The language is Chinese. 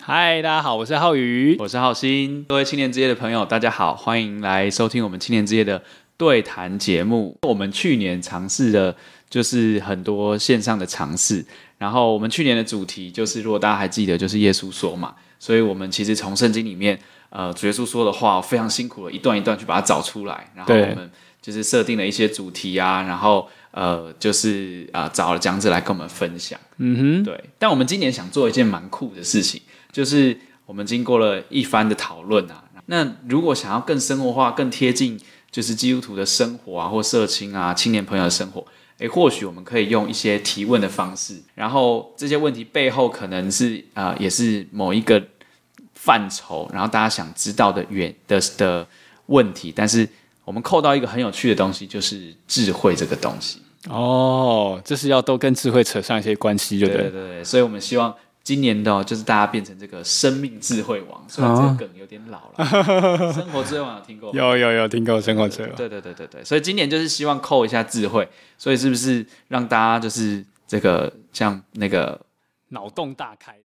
嗨，大家好，我是浩宇， 我是浩鑫。各位青年之夜的朋友，大家好，欢迎来收听我们青年之夜的对谈节目。我们去年尝试的就是很多线上的尝试，然后我们去年的主题就是，如果大家还记得，就是耶稣说嘛，所以我们其实从圣经里面，主耶稣说的话，非常辛苦的一段一段去把它找出来，然后我们就是设定了一些主题啊，然后就是找了讲者来跟我们分享。对。但我们今年想做一件蛮酷的事情。就是我们经过了一番的讨论啊，那如果想要更生活化、更贴近就是基督徒的生活啊，或社青啊、青年朋友的生活，或许我们可以用一些提问的方式，然后这些问题背后可能是也是某一个范畴，然后大家想知道的问题，但是我们扣到一个很有趣的东西，就是智慧这个东西。 哦，这是要都跟智慧扯上一些关系，对不对？ 对，所以我们希望今年的就是大家变成这个生命智慧王，虽然这个梗有点老了。生活智慧王有听过吗？ 有听过生活智慧王。 对，所以今年就是希望扣一下智慧，所以是不是让大家就是这个像那个脑洞大开？